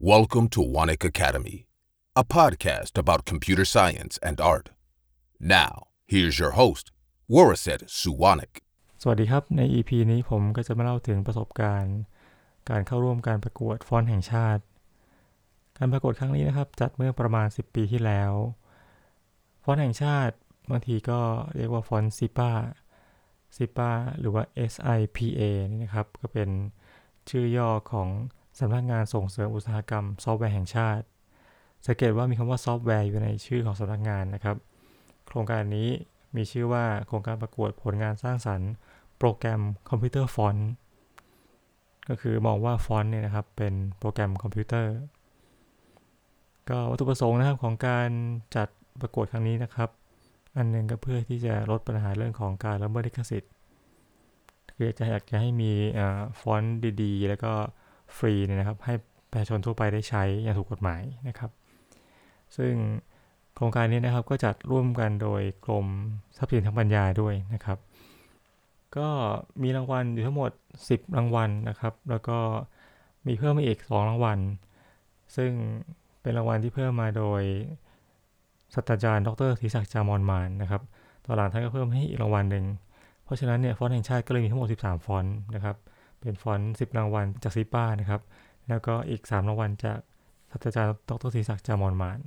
Welcome to Wanik Academy, a podcast about computer science and art. Now, here's your host, Waraset Suwanik. สวัสดีครับใน EP นี้ผมก็จะมาเล่าถึงประสบการณ์การเข้าร่วมการประกวดฟอนต์แห่งชาติการประกวดครั้งนี้นะครับจัดเมื่อประมาณ10 ปีที่แล้วฟอนต์แห่งชาติบางทีก็เรียกว่าฟอนต์SIPA หรือว่า SIPA นี่นะครับก็เป็นชื่อย่อของสำนักงานส่งเสริมอุตสาหกรรมซอฟต์แวร์แห่งชาติสังเกตว่ามีคำว่าซอฟต์แวร์อยู่ในชื่อของสำนักงานนะครับโครงการนี้มีชื่อว่าโครงการประกวดผลงานสร้างสรรค์โปรแกรมคอมพิวเตอร์ฟอนต์ก็คือมองว่าฟอนต์เนี่ยนะครับเป็นโปรแกรมคอมพิวเตอร์ก็วัตถุประสงค์นะครับของการจัดประกวดครั้งนี้นะครับอันนึงก็เพื่อที่จะลดปัญหาเรื่องของการละเมิดลิขสิทธิ์คืออยากจะให้มีฟอนต์ดีๆแล้วก็ฟรีเนี่ยนะครับให้ประชาชนทั่วไปได้ใช้อย่างถูกกฎหมายนะครับซึ่งโครงการนี้นะครับก็จัดร่วมกันโดยกรมทรัพย์สินทางปัญญาด้วยนะครับก็มีรางวัลอยู่ทั้งหมด10รางวัลนะครับแล้วก็มีเพิ่มมาอีก2รางวัลซึ่งเป็นรางวัลที่เพิ่มมาโดยศาสตราจารย์ดร.ศรีศักดิ์ จามอนมานนะครับตอนหลังท่านก็เพิ่มให้อีกรางวัลนึงเพราะฉะนั้นเนี่ยฟอนต์แห่งชาติก็เลยมีทั้งหมด13ฟอนต์นะครับเป็นฟอนต์10รางวัลจากSIPAนะครับแล้วก็อีก3รางวัลจากศาสตราจารย์ดร.ศรีศักดิ์ จามอนมาน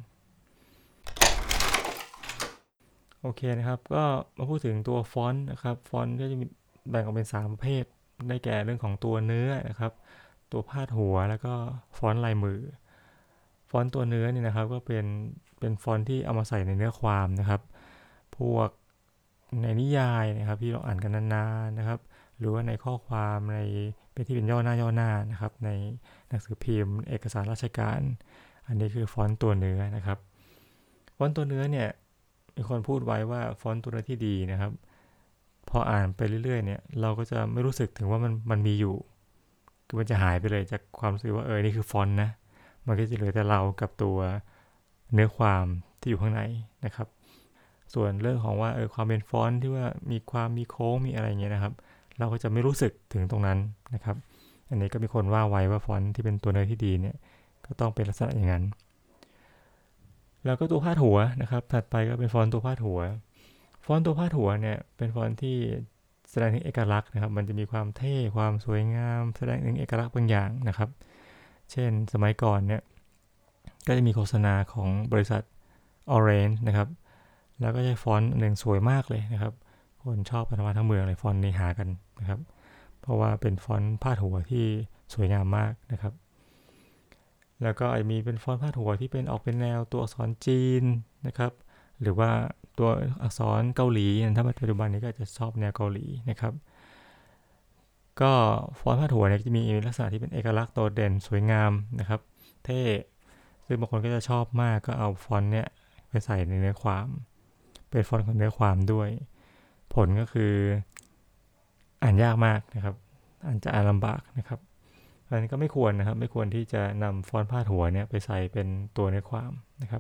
โอเคนะครับก็มาพูดถึงตัวฟอนต์นะครับฟอนต์ก็จะมีแบ่งออกเป็น3ประเภทได้แก่เรื่องของตัวเนื้อนะครับตัวพาดหัวแล้วก็ฟอนต์ลายมือฟอนต์ตัวเนื้อเนี่ยนะครับก็เป็นฟอนต์ที่เอามาใส่ในเนื้อความนะครับพวกในนิยายนะครับที่เราอ่านกันนานๆนะครับหรือว่าในข้อความในเป็นที่เป็นย่อหน้านะครับในหนังสือพิมพ์เอกสารราชการอันนี้คือฟอนต์ตัวเนื้อนะครับฟอนต์ตัวเนื้อเนี่ยมีคนพูดไว้ว่าฟอนต์ตัวเนื้อที่ดีนะครับพออ่านไปเรื่อยๆเนี่ยเราก็จะไม่รู้สึกถึงว่ามันมีอยู่คือมันจะหายไปเลยจากความรู้สึกว่านี่คือฟอนต์นะมันก็จะเหลือแต่เรากับตัวเนื้อความที่อยู่ข้างในนะครับส่วนเรื่องของว่าความเป็นฟอนต์ที่ว่ามีโค้งมีอะไรเงี้ยนะครับเราก็จะไม่รู้สึกถึงตรงนั้นนะครับอันนี้ก็มีคนว่าไว้ว่าฟอนต์ที่เป็นตัวเนื้อที่ดีเนี่ยก็ต้องเป็นลักษณะอย่างนั้นแล้วก็ตัวพาดหัวนะครับถัดไปก็เป็นฟอนต์ตัวพาดหัวฟอนต์ตัวพาดหัวเนี่ยเป็นฟอนต์ที่แสดงถึงเอกลักษณ์นะครับมันจะมีความเท่ความสวยงามแสดงถึงเอกลักษณ์บางอย่างนะครับเช่นสมัยก่อนเนี่ยก็จะมีโฆษณาของบริษัท Orange นะครับแล้วก็ใช้ฟอนต์หนึ่งสวยมากเลยนะครับคนชอบกันมาทั้งเมืองเลยฟอนต์นี้หากันนะครับเพราะว่าเป็นฟอนต์พาดหัวที่สวยงามมากนะครับแล้วก็มีเป็นฟอนต์พาดหัวที่เป็นออกเป็นแนวตัวอักษรจีนนะครับหรือว่าตัวอักษรเกาหลีถ้าปัจจุบันนี้ก็จะชอบแนวเกาหลีนะครับก็ฟอนต์พาดหัวเนี่ยจะมีลักษณะที่เป็นเอกลักษณ์โดดเด่นสวยงามนะครับเท่ซึ่งบางคนก็จะชอบมากก็เอาฟอนต์เนี่ยไปใส่ในเนื้อความเป็นฟอนต์ของเนื้อความด้วยผลก็คืออ่านยากมากนะครับอ่านลำบากนะครับอันนี้ก็ไม่ควรนะครับไม่ควรที่จะนำฟอนต์พาดหัวเนี่ยไปใส่เป็นตัวเนื้อความนะครับ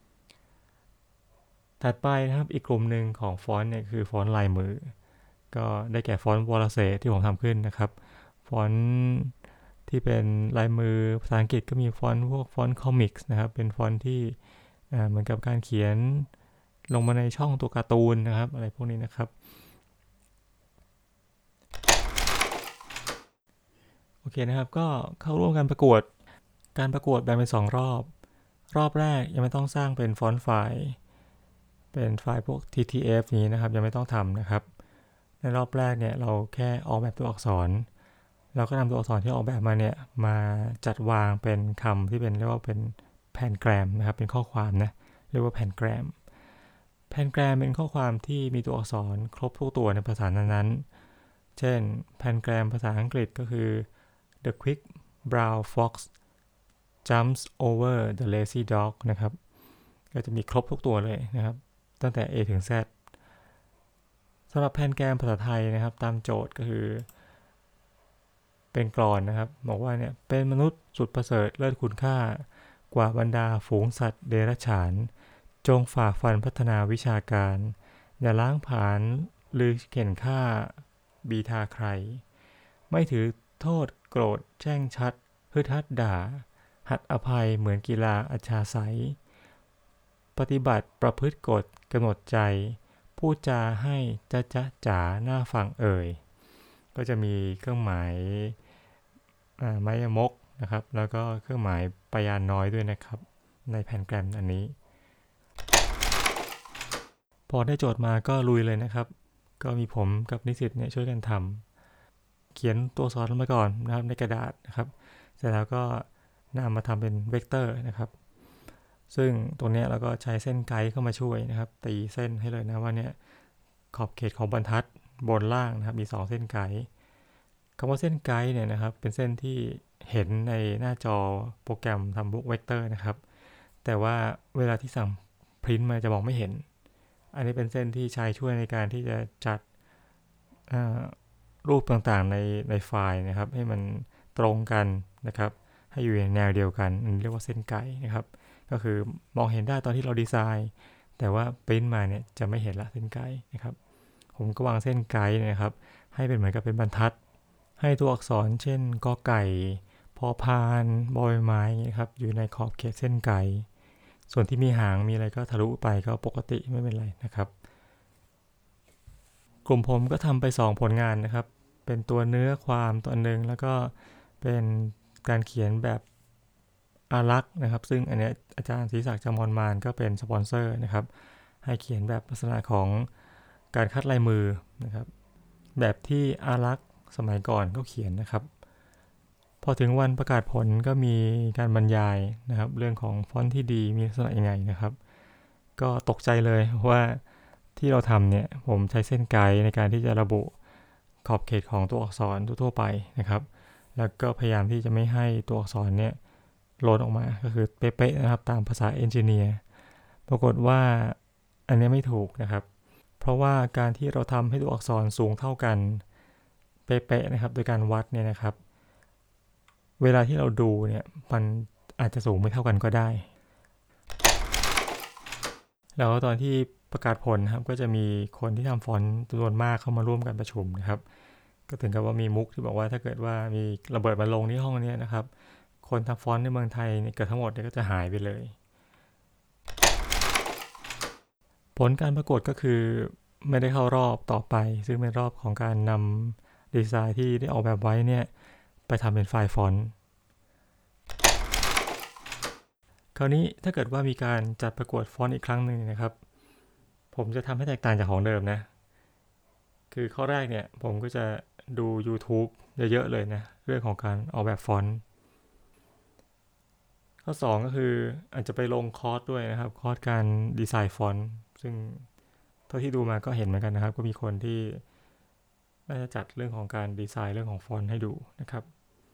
ถัดไปนะครับอีกกลุ่มหนึ่งของฟอนต์เนี่ยคือฟอนต์ลายมือก็ได้แก่ฟอนต์วอลเซที่ผมทำขึ้นนะครับฟอนต์ที่เป็นลายมือภาษาอังกฤษก็มีฟอนต์พวกฟอนต์คอมิกส์นะครับเป็นฟอนต์ที่เหมือนกับการเขียนลงมาในช่องตัวการ์ตูนนะครับอะไรพวกนี้นะครับโอเคนะครับก็เข้าร่วมการประกวดแบ่งเป็น2รอบแรกยังไม่ต้องสร้างเป็นฟอนต์ไฟล์พวก TTF นี้นะครับยังไม่ต้องทำนะครับในรอบแรกเนี่ยเราแค่ออกแบบตัวอักษรเราก็นำตัวอักษรที่ออกแบบมาเนี่ยมาจัดวางเป็นคำที่เป็นเรียกว่าเป็นแพนแกรมนะครับเป็นข้อความนะเรียกว่าแพนแกรมเป็นข้อความที่มีตัวอักษรครบทุกตัวในภาษานั้นๆเช่นแพนแกรมภาษาอังกฤษก็คือ The quick brown fox jumps over the lazy dog นะครับก็จะมีครบทุกตัวเลยนะครับตั้งแต่ A ถึง Z สำหรับแพนแกรมภาษาไทยนะครับตามโจทย์ก็คือเป็นกลอนนะครับบอกว่าเนี่ยเป็นมนุษย์สุดประเสริฐเลิศคุณค่ากว่าบรรดาฝูงสัตว์เดรัจฉานจงฝ่าฟันพัฒนาวิชาการอย่าล้างผลาญหรือเข็นฆ่าบีทาใครไม่ถือโทษโกรธแช่งชัดฮึดฮัดด่าหัดอภัยเหมือนกีฬาอัจฉริยะปฏิบัติประพฤติกฎกำหนดใจพูดจาให้จ๊ะจ๋าหน้าฟังก็จะมีเครื่องหมายไม้มกนะครับแล้วก็เครื่องหมายปยานน้อยด้วยนะครับในแผ่นแกรมอันนี้พอได้โจทย์มาก็ลุยเลยนะครับก็มีผมกับนิสิตเนี่ยช่วยกันทำเขียนตัวอักษรลงมาก่อนนะครับในกระดาษนะครับเสร็จแล้วก็นำมาทำเป็นเวกเตอร์นะครับซึ่งตรงนี้เราก็ใช้เส้นไกด์เข้ามาช่วยนะครับตีเส้นให้เลยนะว่าเนี่ยขอบเขตของบรรทัดบนล่างนะครับมี2เส้นไกด์คำว่าเส้นไกด์เนี่ยนะครับเป็นเส้นที่เห็นในหน้าจอโปรแกรมทำบุ๊กเวกเตอร์นะครับแต่ว่าเวลาที่สั่งพิมพ์มาจะมองไม่เห็นอันนี้เป็นเส้นที่ใช้ช่วยในการที่จะจัดรูปต่างๆในไฟล์นะครับให้มันตรงกันนะครับให้อยู่ในแนวเดียวกันเรียกว่าเส้นไกด์นะครับก็คือมองเห็นได้ตอนที่เราดีไซน์แต่ว่าปริ้นมาเนี่ยจะไม่เห็นละเส้นไกด์นะครับผมก็วางเส้นไกด์นะครับให้เป็นเหมือนกับเป็นบรรทัดให้ตัวอักษรเช่นกอไก่พอพานบอยไม้ครับอยู่ในขอบเขตเส้นไกด์ส่วนที่มีหางมีอะไรก็ทะลุไปก็ปกติไม่เป็นไรนะครับกลุ่มผมก็ทำไป2ผลงานนะครับเป็นตัวเนื้อความตัวนึงแล้วก็เป็นการเขียนแบบอารักษ์นะครับซึ่งอันนี้อาจารย์ศรีศักดิ์จำมอนมานก็เป็นสปอนเซอร์นะครับให้เขียนแบบลักษณะของการคัดลายมือนะครับแบบที่อารักษ์สมัยก่อนก็เขียนนะครับพอถึงวันประกาศผลก็มีการบรรยายนะครับเรื่องของฟอนต์ที่ดีมีลักษณะยังไงนะครับก็ตกใจเลยว่าที่เราทำเนี่ยผมใช้เส้นไกด์ในการที่จะระบุขอบเขตของตัวอักษรทั่วไปนะครับแล้วก็พยายามที่จะไม่ให้ตัวอักษรเนี่ยโหลดออกมาก็คือเป๊ะๆนะครับตามภาษาเอนจิเนียร์ปรากฏว่าอันนี้ไม่ถูกนะครับเพราะว่าการที่เราทำให้ตัวอักษรสูงเท่ากันเป๊ะๆนะครับโดยการวัดเนี่ยนะครับเวลาที่เราดูเนี่ยมันอาจจะสูงไม่เท่ากันก็ได้แล้วตอนที่ประกาศผลครับก็จะมีคนที่ทำฟอนต์จำนวนมากเข้ามาร่วมกันประชุมนะครับก็ถึงกับว่ามีมุกที่บอกว่าถ้าเกิดว่ามีระเบิดมาลงที่ห้องนี้นะครับคนทำฟอนต์ในเมืองไทยเกือบทั้งหมดก็จะหายไปเลยผลการประกวดก็คือไม่ได้เข้ารอบต่อไปซึ่งเป็นรอบของการนำดีไซน์ที่ได้ออกแบบไว้เนี่ยไปทำเป็นไฟล์ฟอนต์คราวนี้ถ้าเกิดว่ามีการจัดประกวดฟอนต์อีกครั้งหนึ่งนะครับผมจะทำให้แตกต่างจากของเดิมนะคือข้อแรกเนี่ยผมก็จะดู YouTube เยอะๆเลยนะเรื่องของการออกแบบฟอนต์ข้อ2ก็คืออาจจะไปลงคอร์สด้วยนะครับคอร์สการดีไซน์ฟอนต์ซึ่งเท่าที่ดูมาก็เห็นเหมือนกันนะครับก็มีคนที่น่าจะจัดเรื่องของการดีไซน์เรื่องของฟอนต์ให้ดูนะครับ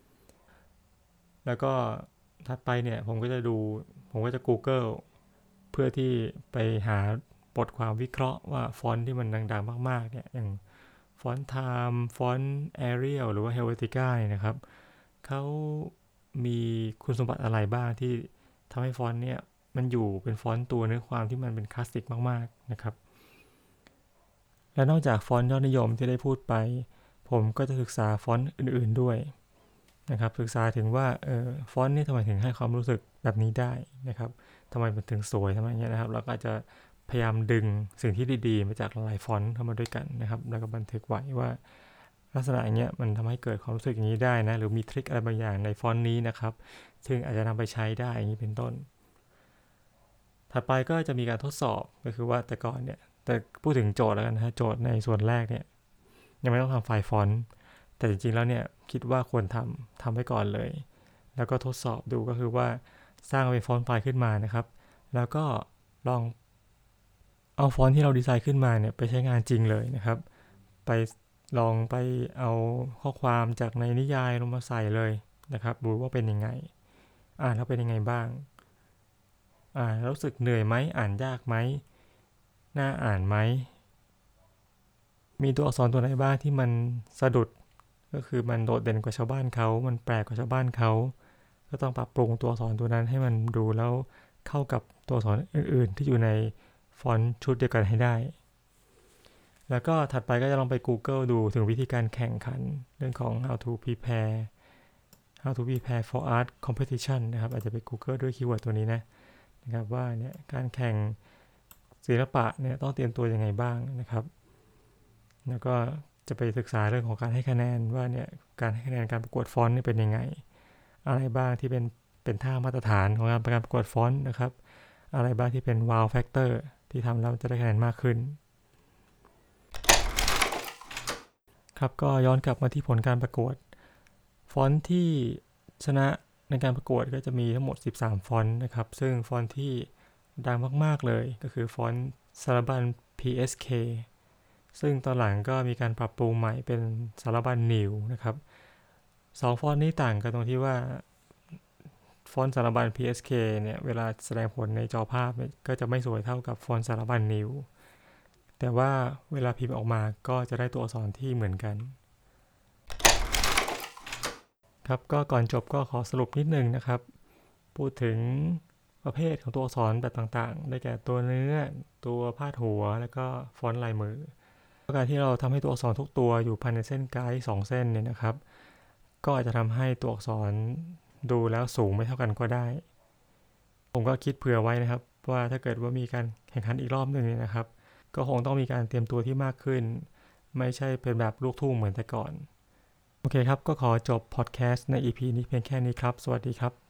แล้วก็ถัดไปเนี่ยผมก็จะ Google เพื่อที่ไปหาบทความวิเคราะห์ว่าฟอนต์ที่มันดังๆมากๆเนี่ยอย่างฟอนต์ไทม์ฟอนต์ Arial หรือว่า Helvetica เนี่ยนะครับเขามีคุณสมบัติอะไรบ้างที่ทำให้ฟอนต์เนี่ยมันอยู่เป็นฟอนต์ตัวเนื้อความที่มันเป็นคลาสสิกมากๆนะครับและนอกจากฟอนต์ยอดนิยมที่ได้พูดไปผมก็จะศึกษาฟอนต์อื่นๆด้วยนะครับศึกษาถึงว่าฟอนต์นี่ทำไมถึงให้ความรู้สึกแบบนี้ได้นะครับทำไมมันถึงสวยทำไมเงี้ยนะครับเราก็อาจจะพยายามดึงสิ่งที่ดีๆมาจากหลายฟอนต์เข้ามาด้วยกันนะครับแล้วก็บันทึกไว้ว่าลักษณะอย่างเงี้ยมันทำให้เกิดความรู้สึกอย่างนี้ได้นะหรือมีทริคอะไรบางอย่างในฟอนต์นี้นะครับซึ่งอาจจะนำไปใช้ได้อย่างนี้เป็นต้นถัดไปก็จะมีการทดสอบก็คือว่าแต่ก่อนเนี่ยแต่พูดถึงโจทย์แล้วกันนะโจทย์ในส่วนแรกเนี่ยยังไม่ต้องทำไฟล์ฟอนต์แต่จริงๆแล้วเนี่ยคิดว่าควรทำไว้ก่อนเลยแล้วก็ทดสอบดูก็คือว่าสร้างเป็นฟอนต์ไฟล์ขึ้นมานะครับแล้วก็ลองเอาฟอนต์ที่เราดีไซน์ขึ้นมาเนี่ยไปใช้งานจริงเลยนะครับไปลองไปเอาข้อความจากในนิยายลงมาใส่เลยนะครับดูว่าเป็นยังไงแล้วเป็นยังไงบ้างรู้สึกเหนื่อยไหมอ่านยากไหมน่าอ่านไหมมีตัวอักษรตัวไหนบ้างที่มันสะดุดก็คือมันโดดเด่นกว่าชาวบ้านเขามันแปลกกว่าชาวบ้านเขาก็ต้องปรับปรุงตัวอักษรตัวนั้นให้มันดูแล้วเข้ากับตัวอักษรอื่นๆที่อยู่ในฟอนต์ชุดเดียวกันให้ได้แล้วก็ถัดไปก็จะลองไป Google ดูถึงวิธีการแข่งขันเรื่องของ how to prepare how to prepare for art competition นะครับอาจจะไป Google ด้วยคีย์เวิร์ดตัวนี้นะครับว่าเนี่ยการแข่งศิลปะเนี่ยต้องเตรียมตัวยังไงบ้างนะครับแล้วก็จะไปศึกษาเรื่องของการให้คะแนนว่าเนี่ยการให้คะแนนการประกวดฟอนต์นี่เป็นยังไงอะไรบ้างที่เป็นท่ามาตรฐานของการประกวดฟอนต์นะครับอะไรบ้างที่เป็น wow factor ที่ทำแล้วจะได้คะแนนมากขึ้นครับก็ย้อนกลับมาที่ผลการประกวดฟอนต์ที่ชนะในการประกวดก็จะมีทั้งหมด13ฟอนต์นะครับซึ่งฟอนต์ที่ดังมากๆเลยก็คือฟอนต์สารบัญ PSK ซึ่งตอนหลังก็มีการปรับปรุงใหม่เป็นสารบัญ New นะครับ2ฟอนต์นี้ต่างกันตรงที่ว่าฟอนต์สารบัญ PSK เนี่ยเวลาแสดงผลในจอภาพก็จะไม่สวยเท่ากับฟอนต์สารบัญ New แต่ว่าเวลาพิมพ์ออกมาก็จะได้ตัวอักษรที่เหมือนกันครับก็ก่อนจบก็ขอสรุปนิดนึงนะครับพูดถึงประเภทของตัวอักษรแบบต่างๆได้แก่ตัวเนื้อตัวพาดหัวแล้วก็ฟอนต์ลายมือการที่เราทำให้ตัวอักษรทุกตัวอยู่ภายในเส้นไกด์2เส้นเนี่ยนะครับก็อาจจะทำให้ตัวอักษรดูแล้วสูงไม่เท่ากันก็ได้ผมก็คิดเผื่อไว้นะครับว่าถ้าเกิดว่ามีการแข่งขันอีกรอบนึงเนี่ยนะครับก็คงต้องมีการเตรียมตัวที่มากขึ้นไม่ใช่เป็นแบบลูกทุ่งเหมือนแต่ก่อนโอเคครับก็ขอจบพอดแคสต์ใน EP นี้เพียงแค่นี้ครับสวัสดีครับ